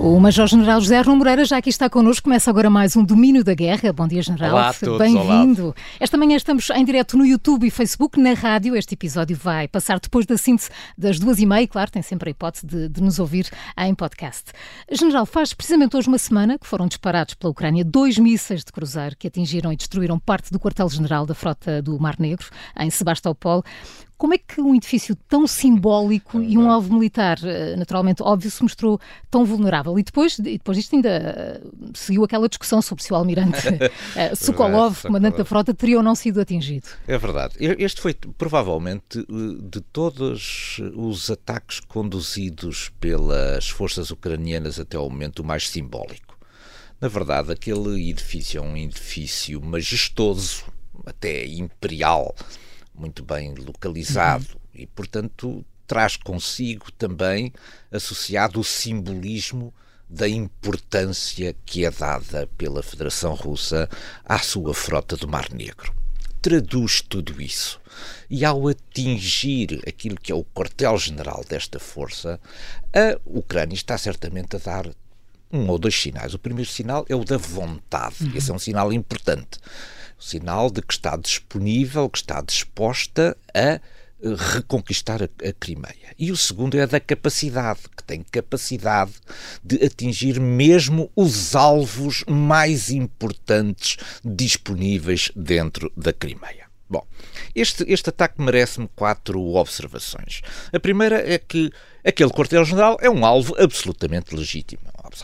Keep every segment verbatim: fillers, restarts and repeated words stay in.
O Major-General José Arno Moreira já aqui está connosco. Começa agora mais um Domínio da Guerra. Bom dia, General. Olá a todos. Bem-vindo. Esta manhã estamos em direto no YouTube e Facebook, na rádio. Este episódio vai passar depois da síntese das duas e meia. Claro, tem sempre a hipótese de, de nos ouvir em podcast. General, faz precisamente hoje uma semana que foram disparados pela Ucrânia dois mísseis de cruzeiro que atingiram e destruíram parte do quartel-general da frota do Mar Negro, em Sebastopol. Como é que um edifício tão simbólico e um alvo militar, naturalmente óbvio, se mostrou tão vulnerável? E depois, e depois disto ainda uh, seguiu aquela discussão sobre se o almirante uh, Sokolov, verdade, comandante da frota, teria ou não sido atingido. É verdade. Este foi provavelmente de todos os ataques conduzidos pelas forças ucranianas até ao momento o mais simbólico. Na verdade, aquele edifício é um edifício majestoso, até imperial, muito bem localizado uhum. e, portanto, traz consigo também associado o simbolismo da importância que é dada pela Federação Russa à sua frota do Mar Negro. Traduz tudo isso. E ao atingir aquilo que é o quartel-general desta força, a Ucrânia está certamente a dar um ou dois sinais. O primeiro sinal é o da vontade. Uhum. Esse é um sinal importante. O sinal de que está disponível, que está disposta a reconquistar a, a Crimeia. E o segundo é a da capacidade, que tem capacidade de atingir mesmo os alvos mais importantes disponíveis dentro da Crimeia. Bom, este, este ataque merece-me quatro observações. A primeira é que aquele quartel-general é um alvo absolutamente legítimo.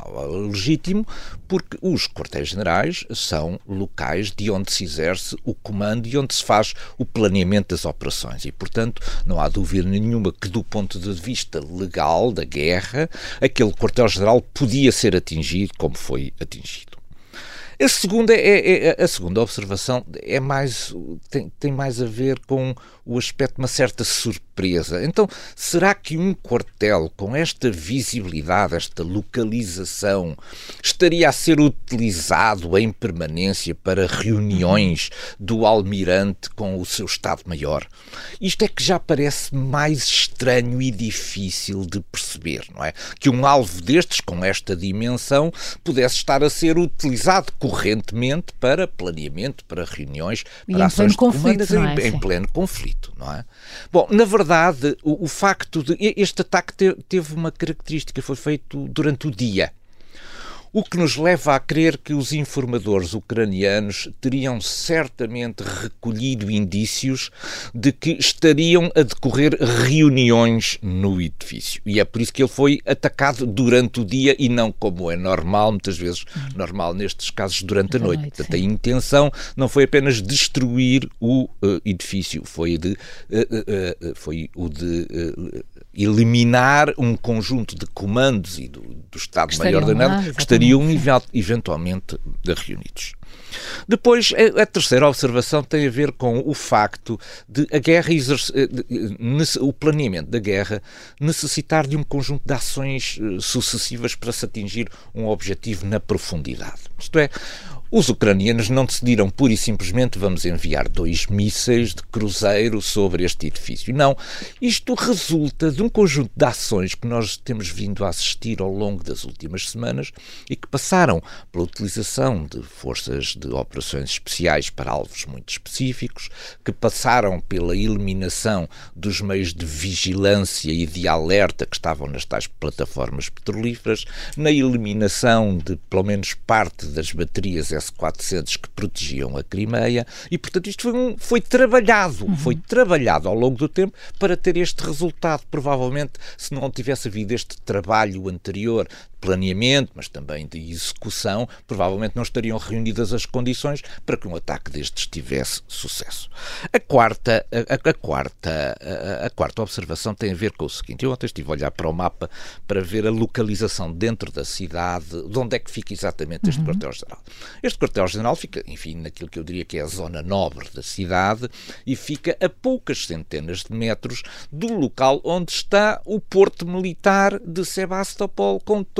Legítimo porque os quartéis-generais são locais de onde se exerce o comando e onde se faz o planeamento das operações e, portanto, não há dúvida nenhuma que, do ponto de vista legal da guerra, aquele quartel-general podia ser atingido como foi atingido. A segunda, é, é, a segunda observação é mais, tem, tem mais a ver com o aspecto de uma certa surpresa. Então, será que um quartel com esta visibilidade, esta localização, estaria a ser utilizado em permanência para reuniões do almirante com o seu Estado-Maior? Isto é que já parece mais estranho e difícil de perceber, não é? Que um alvo destes, com esta dimensão, pudesse estar a ser utilizado correntemente para planeamento, para reuniões, e para ações de comandos não é? em, em pleno conflito, não é? Bom, na verdade, o, o facto de... Este ataque te, teve uma característica, foi feito durante o dia. O que nos leva a crer que os informadores ucranianos teriam certamente recolhido indícios de que estariam a decorrer reuniões no edifício. E é por isso que ele foi atacado durante o dia e não como é normal, muitas vezes hum. normal nestes casos, durante a noite. noite Portanto, a intenção não foi apenas destruir o uh, edifício, foi, de, uh, uh, uh, foi o de... Uh, eliminar um conjunto de comandos e do, do Estado-Maior da NATO que estariam eventualmente reunidos. Depois, a, a terceira observação tem a ver com o facto de a guerra exercer, de, de, o planeamento da guerra necessitar de um conjunto de ações sucessivas para se atingir um objetivo na profundidade. Isto é, os ucranianos não decidiram pura e simplesmente vamos enviar dois mísseis de cruzeiro sobre este edifício. Não, isto resulta de um conjunto de ações que nós temos vindo a assistir ao longo das últimas semanas e que passaram pela utilização de forças de operações especiais para alvos muito específicos, que passaram pela eliminação dos meios de vigilância e de alerta que estavam nas tais plataformas petrolíferas, na eliminação de pelo menos parte das baterias S quatrocentos que protegiam a Crimeia e, portanto, isto foi, um, foi trabalhado, uhum. foi trabalhado ao longo do tempo para ter este resultado. Provavelmente, se não tivesse havido este trabalho anterior planeamento, mas também de execução, provavelmente não estariam reunidas as condições para que um ataque destes tivesse sucesso. A quarta, a, a, quarta, a, a quarta observação tem a ver com o seguinte: eu ontem estive a olhar para o mapa para ver a localização dentro da cidade, de onde é que fica exatamente este uhum. quartel-general. Este quartel-general fica, enfim, naquilo que eu diria que é a zona nobre da cidade e fica a poucas centenas de metros do local onde está o porto militar de Sebastopol, com todo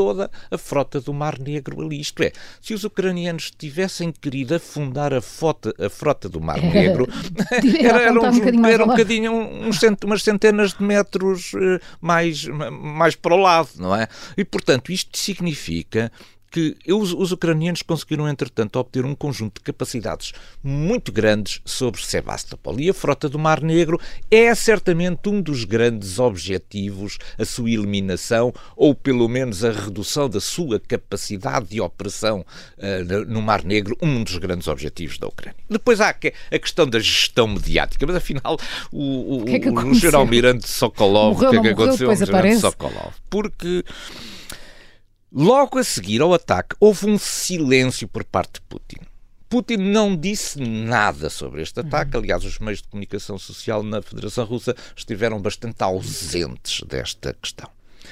toda a frota do Mar Negro ali. Isto é, se os ucranianos tivessem querido afundar a frota, a frota do Mar Negro, era, era, um, um, era um bocadinho um, um cent, umas centenas de metros uh, mais, mais para o lado, não é? E, portanto, isto significa que os, os ucranianos conseguiram, entretanto, obter um conjunto de capacidades muito grandes sobre Sebastopol. E a frota do Mar Negro é certamente um dos grandes objetivos, a sua eliminação, ou pelo menos a redução da sua capacidade de operação uh, no Mar Negro, um dos grandes objetivos da Ucrânia. Depois há a questão da gestão mediática, mas afinal o, o, que é que o general-almirante Sokolov, morreu, o que é que morreu, aconteceu ao general Sokolov? Porque logo a seguir ao ataque, houve um silêncio por parte de Putin. Putin não disse nada sobre este ataque. Aliás, os meios de comunicação social na Federação Russa estiveram bastante ausentes desta questão.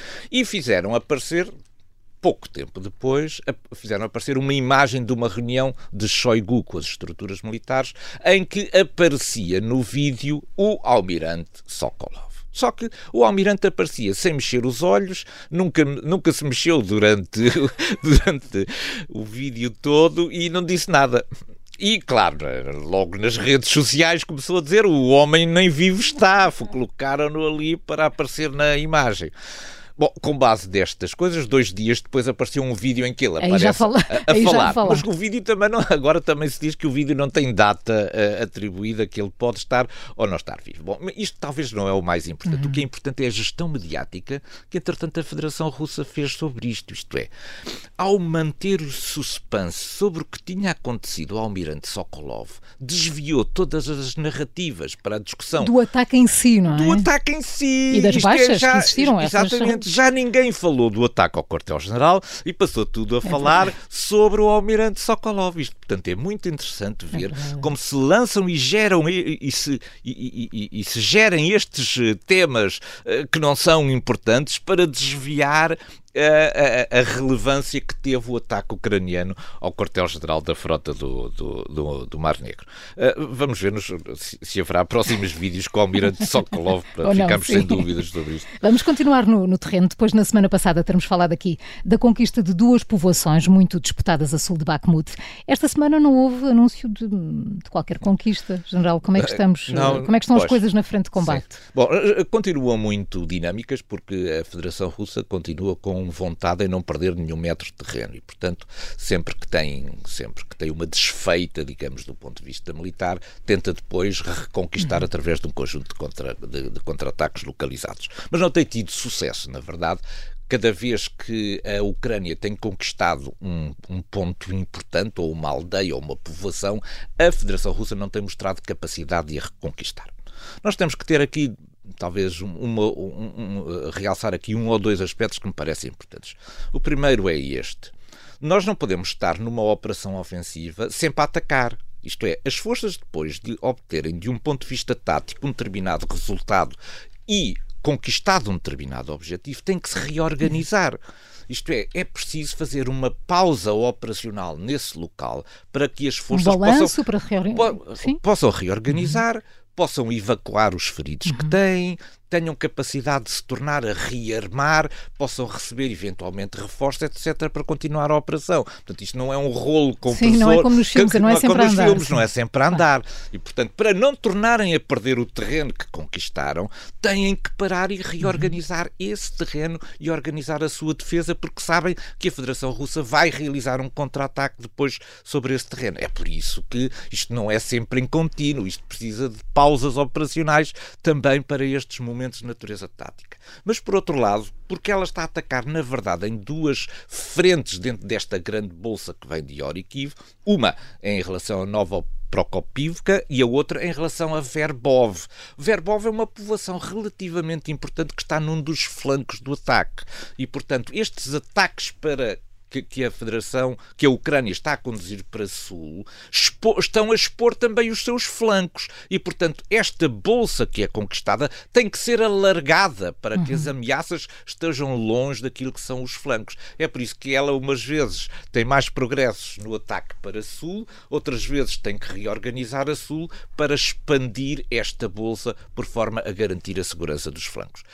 E fizeram aparecer, pouco tempo depois, fizeram aparecer uma imagem de uma reunião de Shoigu com as estruturas militares, em que aparecia no vídeo o almirante Sokolov. Só que o almirante aparecia sem mexer os olhos, nunca, nunca se mexeu durante, durante o vídeo todo e não disse nada. E, claro, logo nas redes sociais começou a dizer o homem nem vivo está, colocaram-no ali para aparecer na imagem. Bom, com base destas coisas, dois dias depois apareceu um vídeo em que ele aparece fala, a, a falar. Mas o vídeo também não, agora também se diz que o vídeo não tem data uh, atribuída, que ele pode estar ou não estar vivo. Bom, isto talvez não é o mais importante. Uhum. O que é importante é a gestão mediática que, entretanto, a Federação Russa fez sobre isto. Isto é, ao manter o suspense sobre o que tinha acontecido ao almirante Sokolov, desviou todas as narrativas para a discussão do ataque em si, não é? Do ataque em si. E das isto baixas é, já, que existiram. Exatamente. Já ninguém falou do ataque ao quartel-general e passou tudo a falar é sobre o almirante Sokolov. Isto, portanto, é muito interessante ver é como se lançam e geram e, e, se, e, e, e se gerem estes temas uh, que não são importantes para desviar A, a, a relevância que teve o ataque ucraniano ao quartel-general da frota do, do, do, do Mar Negro. Uh, vamos ver nos, se, se haverá próximos vídeos com o almirante Sokolov para não, ficarmos sim. sem dúvidas sobre isto. Vamos continuar no, no terreno. Depois, na semana passada, termos falado aqui da conquista de duas povoações muito disputadas a sul de Bakhmut. Esta semana não houve anúncio de, de qualquer conquista. General, como é que estamos? Não, como é que estão pois, as coisas na frente de combate? Sim. Bom, continuam muito dinâmicas porque a Federação Russa continua com vontade em não perder nenhum metro de terreno e, portanto, sempre que tem, sempre que tem uma desfeita, digamos, do ponto de vista militar, tenta depois reconquistar uhum. através de um conjunto de, contra, de, de contra-ataques localizados. Mas não tem tido sucesso, na verdade. Cada vez que a Ucrânia tem conquistado um, um ponto importante, ou uma aldeia, ou uma povoação, a Federação Russa não tem mostrado capacidade de a reconquistar. Nós temos que ter aqui talvez uma, um, um, realçar aqui um ou dois aspectos que me parecem importantes. O primeiro é este. Nós não podemos estar numa operação ofensiva sempre a atacar. Isto é, as forças, depois de obterem, de um ponto de vista tático, um determinado resultado e conquistado um determinado objetivo, têm que se reorganizar. Isto é, é preciso fazer uma pausa operacional nesse local para que as forças um balanço possam, para reorganizar. Po- possam reorganizar, uhum. possam evacuar os feridos uhum. que têm, tenham capacidade de se tornar a rearmar, possam receber eventualmente reforços, etcétera, para continuar a operação. Portanto, isto não é um rolo compressor. Sim, não é como nos filmes, que, não é sempre a andar. Filmes, não é sempre a andar. E, portanto, para não tornarem a perder o terreno que conquistaram, têm que parar e reorganizar uhum. esse terreno e organizar a sua defesa, porque sabem que a Federação Russa vai realizar um contra-ataque depois sobre esse terreno. É por isso que isto não é sempre em contínuo, isto precisa de pausas operacionais também para estes momentos de natureza tática. Mas, por outro lado, porque ela está a atacar, na verdade, em duas frentes dentro desta grande bolsa que vem de Orikiv, uma em relação a Nova Prokopivka e a outra em relação a Verbov. Verbov é uma povoação relativamente importante que está num dos flancos do ataque. E, portanto, estes ataques para Que, que a Federação, que a Ucrânia está a conduzir para sul, expo, estão a expor também os seus flancos. E, portanto, esta bolsa que é conquistada tem que ser alargada para uhum. que as ameaças estejam longe daquilo que são os flancos. É por isso que ela, umas vezes, tem mais progressos no ataque para sul, outras vezes tem que reorganizar a sul para expandir esta bolsa por forma a garantir a segurança dos flancos.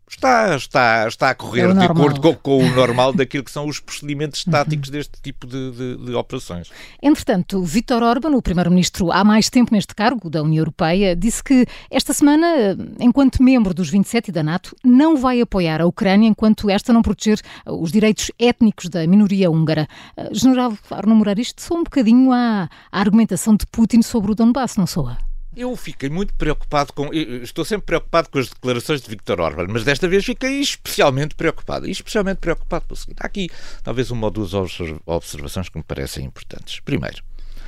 Está, está, está a correr É de normal. acordo com, com o normal daquilo que são os procedimentos táticos deste tipo de, de, de operações. Entretanto, Viktor Orbán, o primeiro-ministro há mais tempo neste cargo da União Europeia, disse que esta semana, enquanto membro dos vinte e sete e da NATO, não vai apoiar a Ucrânia enquanto esta não proteger os direitos étnicos da minoria húngara. General Arno Moreira, isto soa um bocadinho à, à argumentação de Putin sobre o Donbass, não soa? Eu fiquei muito preocupado com... Estou sempre preocupado com as declarações de Viktor Orbán, mas desta vez fiquei especialmente preocupado. E especialmente preocupado pelo seguinte. Há aqui talvez uma ou duas observações que me parecem importantes. Primeiro,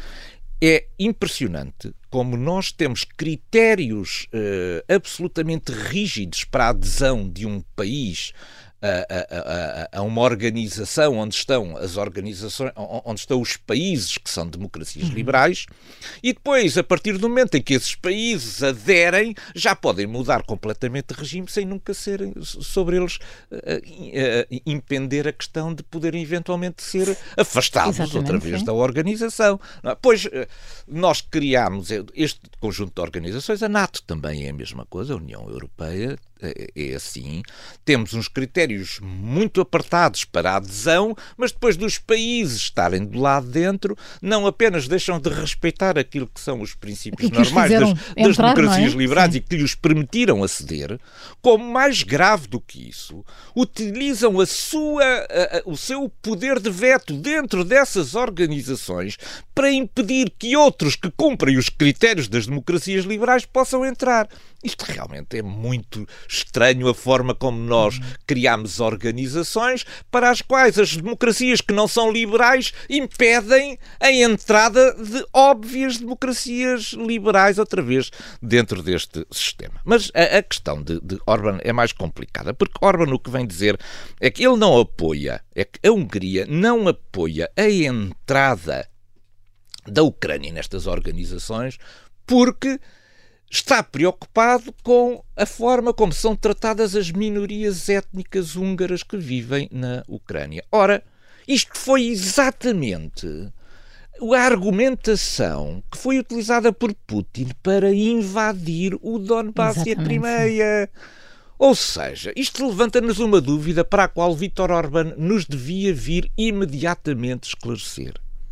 é impressionante como nós temos critérios uh, absolutamente rígidos para a adesão de um país A, a, a, a uma organização onde estão as organizações, onde estão os países que são democracias liberais, e depois, a partir do momento em que esses países aderem, já podem mudar completamente de regime sem nunca serem sobre eles uh, uh, impender a questão de poderem eventualmente ser afastados Exatamente, outra vez sim. da organização. Pois uh, nós criámos este conjunto de organizações, a NATO também é a mesma coisa, a União Europeia é assim, temos uns critérios muito apertados para a adesão, mas depois dos países estarem do lado dentro, não apenas deixam de respeitar aquilo que são os princípios Aquilo que normais das, das entrar, democracias não é? liberais Sim. e que lhes permitiram aceder, como mais grave do que isso, utilizam a sua, a, a, o seu poder de veto dentro dessas organizações para impedir que outros que cumprem os critérios das democracias liberais possam entrar. Isto realmente é muito estranho, a forma como nós criamos organizações para as quais as democracias que não são liberais impedem a entrada de óbvias democracias liberais outra vez dentro deste sistema. Mas a, a questão de, de Orbán é mais complicada, porque Orbán o que vem dizer é que ele não apoia, é que a Hungria não apoia a entrada da Ucrânia nestas organizações porque está preocupado com a forma como são tratadas as minorias étnicas húngaras que vivem na Ucrânia. Ora, isto foi exatamente a argumentação que foi utilizada por Putin para invadir o Donbass e a Crimeia. Ou seja, isto levanta-nos uma dúvida para a qual Viktor Orbán nos devia vir imediatamente esclarecer.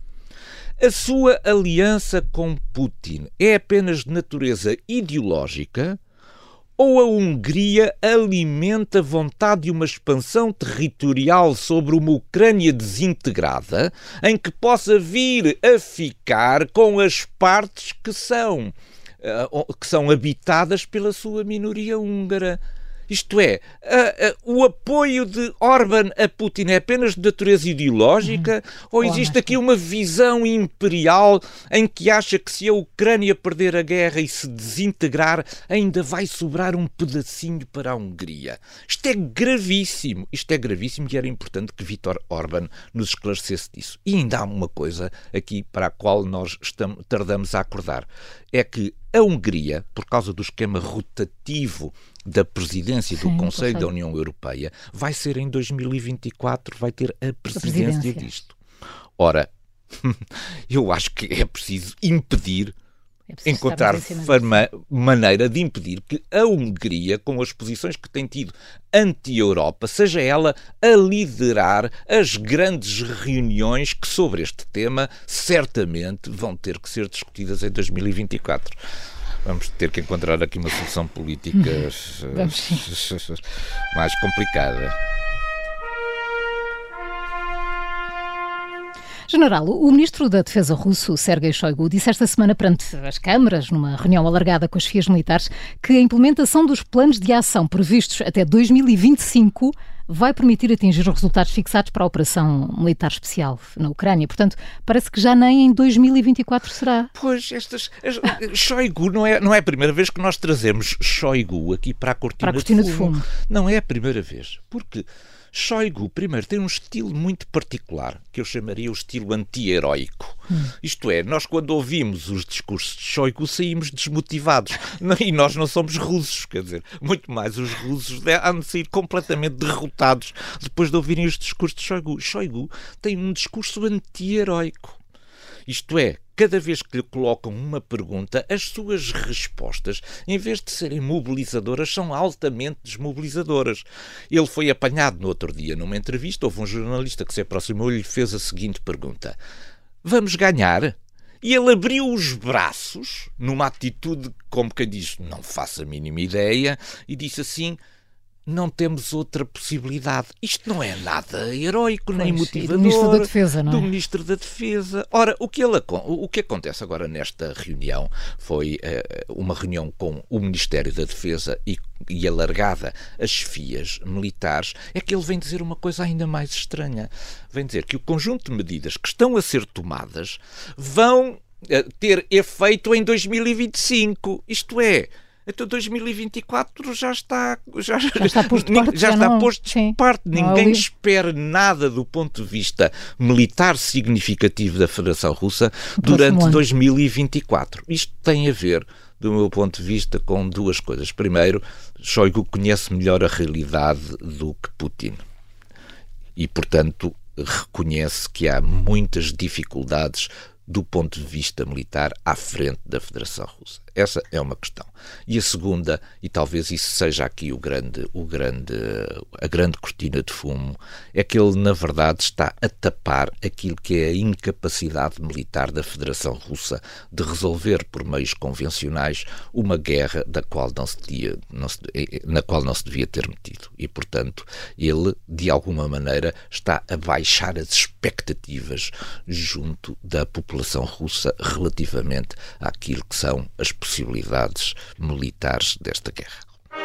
A sua aliança com Putin é apenas de natureza ideológica ou a Hungria alimenta a vontade de uma expansão territorial sobre uma Ucrânia desintegrada em que possa vir a ficar com as partes que são, uh, que são habitadas pela sua minoria húngara? Isto é, a, a, o apoio de Orbán a Putin é apenas de natureza ideológica uhum. ou existe aqui uma visão imperial em que acha que se a Ucrânia perder a guerra e se desintegrar, ainda vai sobrar um pedacinho para a Hungria? Isto é gravíssimo, isto é gravíssimo e era importante que Viktor Orbán nos esclarecesse disso. E ainda há uma coisa aqui para a qual nós estamos, tardamos a acordar, é que a Hungria, por causa do esquema rotativo da presidência do Sim, Conselho da União Europeia, vai ser em dois mil e vinte e quatro, vai ter a presidência, a presidência. disto. Ora, eu acho que é preciso impedir, é preciso encontrar forma, maneira de impedir que a Hungria, com as posições que tem tido anti-Europa, seja ela a liderar as grandes reuniões que sobre este tema certamente vão ter que ser discutidas em dois mil e vinte e quatro. Vamos ter que encontrar aqui uma solução política mais complicada. General, o ministro da Defesa russo, Sergei Shoigu, disse esta semana perante as câmaras, numa reunião alargada com as chefias militares, que a implementação dos planos de ação previstos até dois mil e vinte e cinco vai permitir atingir os resultados fixados para a operação militar especial na Ucrânia. Portanto, parece que já nem em dois mil e vinte e quatro será. Pois, estas... Shoigu não é, não é a primeira vez que nós trazemos Shoigu aqui para a cortina, para a cortina de, de, fumo. de fumo. Não é a primeira vez, porque Shoigu, primeiro, tem um estilo muito particular, que eu chamaria o estilo anti-heróico. Hum. Isto é, nós quando ouvimos os discursos de Shoigu saímos desmotivados. E nós não somos russos, quer dizer, muito mais os russos hão de sair completamente derrotados depois de ouvirem os discursos de Shoigu. Shoigu tem um discurso anti-heróico. Isto é, cada vez que lhe colocam uma pergunta, as suas respostas, em vez de serem mobilizadoras, são altamente desmobilizadoras. Ele foi apanhado no outro dia numa entrevista, houve um jornalista que se aproximou e lhe fez a seguinte pergunta: vamos ganhar? E ele abriu os braços, numa atitude como quem diz, não faço a mínima ideia, e disse assim: não temos outra possibilidade. Isto não é nada heroico, nem pois, motivador. Do Ministro da Defesa, não é? Do Ministro da Defesa. Ora, o que, ele, o que acontece agora nesta reunião foi uh, uma reunião com o Ministério da Defesa e, e alargada às chefias militares, é que ele vem dizer uma coisa ainda mais estranha. Vem dizer que o conjunto de medidas que estão a ser tomadas vão uh, ter efeito em dois mil e vinte e cinco. Isto é, então dois mil e vinte e quatro já está, já, já está posto de parte. Já já está não, posto de parte. Ninguém espera nada do ponto de vista militar significativo da Federação Russa durante dois mil e vinte e quatro. Isto tem a ver, do meu ponto de vista, com duas coisas. Primeiro, Shoigu conhece melhor a realidade do que Putin. E, portanto, reconhece que há muitas dificuldades do ponto de vista militar à frente da Federação Russa. Essa é uma questão. E a segunda, e talvez isso seja aqui o grande, o grande, a grande cortina de fumo, é que ele, na verdade, está a tapar aquilo que é a incapacidade militar da Federação Russa de resolver por meios convencionais uma guerra da qual não se devia, não se, na qual não se devia ter metido. E, portanto, ele, de alguma maneira, está a baixar as expectativas junto da população russa relativamente àquilo que são as possibilidades militares desta guerra.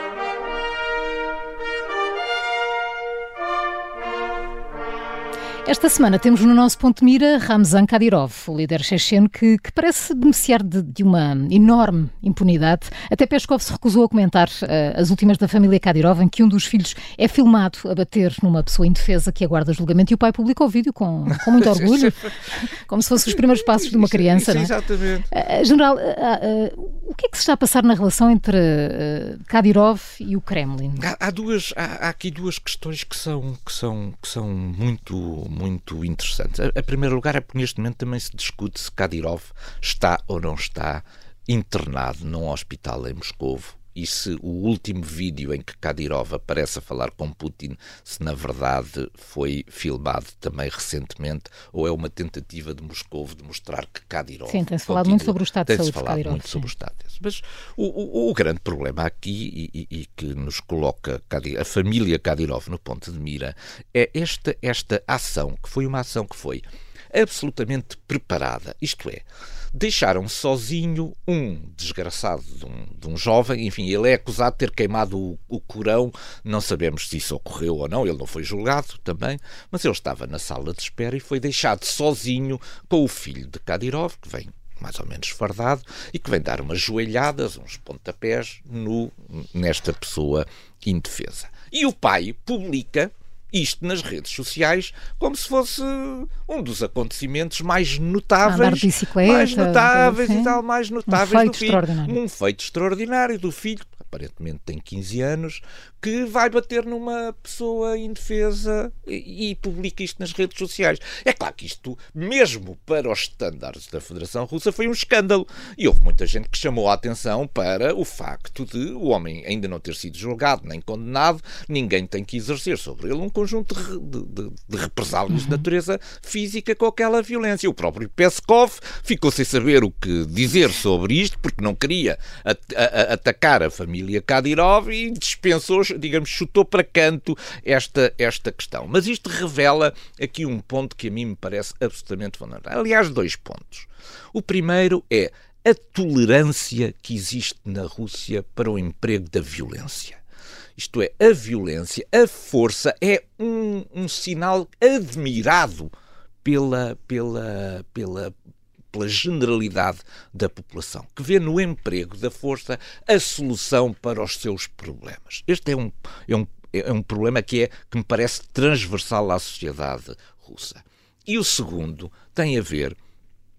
Esta semana temos no nosso ponto de mira Ramzan Kadyrov, o líder checheno que, que parece beneficiar de, de uma enorme impunidade. Até Peskov se recusou a comentar uh, as últimas da família Kadyrov, em que um dos filhos é filmado a bater numa pessoa indefesa que aguarda julgamento, e o pai publica o vídeo com, com muito orgulho, como se fossem os primeiros passos de uma criança. Não é? Exatamente. Uh, General, uh, uh, o que é que se está a passar na relação entre uh, Kadyrov e o Kremlin? Há, há, duas, há, há aqui duas questões que são, que são, que são muito... muito interessantes. A, a primeiro lugar é porque neste momento também se discute se Kadyrov está ou não está internado num hospital em Moscovo, e se o último vídeo em que Kadyrov aparece a falar com Putin, se na verdade foi filmado também recentemente, ou é uma tentativa de Moscovo de mostrar que Kadyrov... Sim, tem-se falado muito sobre o estado de saúde de Kadyrov. Kadyrov. muito sobre o estado de saúde. Mas o, o, o grande problema aqui, e, e, e que nos coloca a família Kadyrov no ponto de mira, é esta, esta ação, que foi uma ação que foi absolutamente preparada. Isto é, deixaram sozinho um desgraçado de um, de um jovem, enfim, ele é acusado de ter queimado o, o Corão, não sabemos se isso ocorreu ou não, ele não foi julgado também, mas ele estava na sala de espera e foi deixado sozinho com o filho de Kadyrov, que vem mais ou menos fardado, e que vem dar umas joelhadas, uns pontapés no, nesta pessoa indefesa. E o pai publica isto nas redes sociais como se fosse um dos acontecimentos mais notáveis, andar de bicicleta, mais notáveis assim, e tal, mais notáveis um feito do filho. Extraordinário. Um feito extraordinário do filho, aparentemente tem quinze anos, que vai bater numa pessoa indefesa e, e publica isto nas redes sociais. É claro que isto, mesmo para os estándares da Federação Russa, foi um escândalo. E houve muita gente que chamou a atenção para o facto de o homem ainda não ter sido julgado nem condenado, ninguém tem que exercer sobre ele um conjunto de, de, de represálias uhum. de natureza física com aquela violência. O próprio Peskov ficou sem saber o que dizer sobre isto, porque não queria at- a- a- atacar a família Kadyrov e dispensou, digamos, chutou para canto esta, esta questão. Mas isto revela aqui um ponto que a mim me parece absolutamente fundamental. Aliás, dois pontos. O primeiro é a tolerância que existe na Rússia para o emprego da violência. Isto é, a violência, a força é um, um sinal admirado pela, pela, pela, pela generalidade da população, que vê no emprego da força a solução para os seus problemas. Este é um, é um, é um problema que, é, que me parece transversal à sociedade russa. E o segundo tem a ver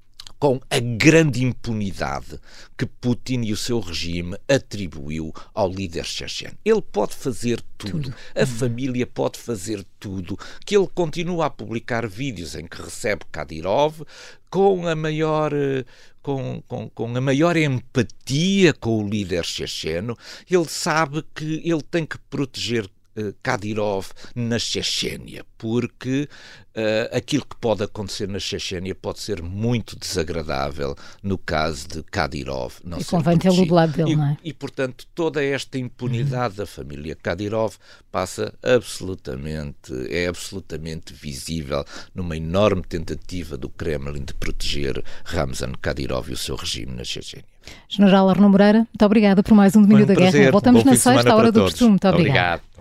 com a grande impunidade que Putin e o seu regime atribuiu ao líder checheno. Ele pode fazer tudo, tudo. A família pode fazer tudo, que ele continua a publicar vídeos em que recebe Kadyrov com a maior... Com, com, com a maior empatia com o líder checheno. Ele sabe que ele tem que proteger Kadyrov na Chechênia, porque uh, aquilo que pode acontecer na Chechênia pode ser muito desagradável no caso de Kadyrov não e ser convém tê-lo do lado dele, e, não é? E, portanto, toda esta impunidade da família Kadyrov passa absolutamente, é absolutamente visível numa enorme tentativa do Kremlin de proteger Ramzan Kadyrov e o seu regime na Chechênia. General Arnaud Moreira, muito obrigada por mais um Domínio da Guerra. Voltamos na sexta, à hora do costume. Muito obrigada. Obrigado.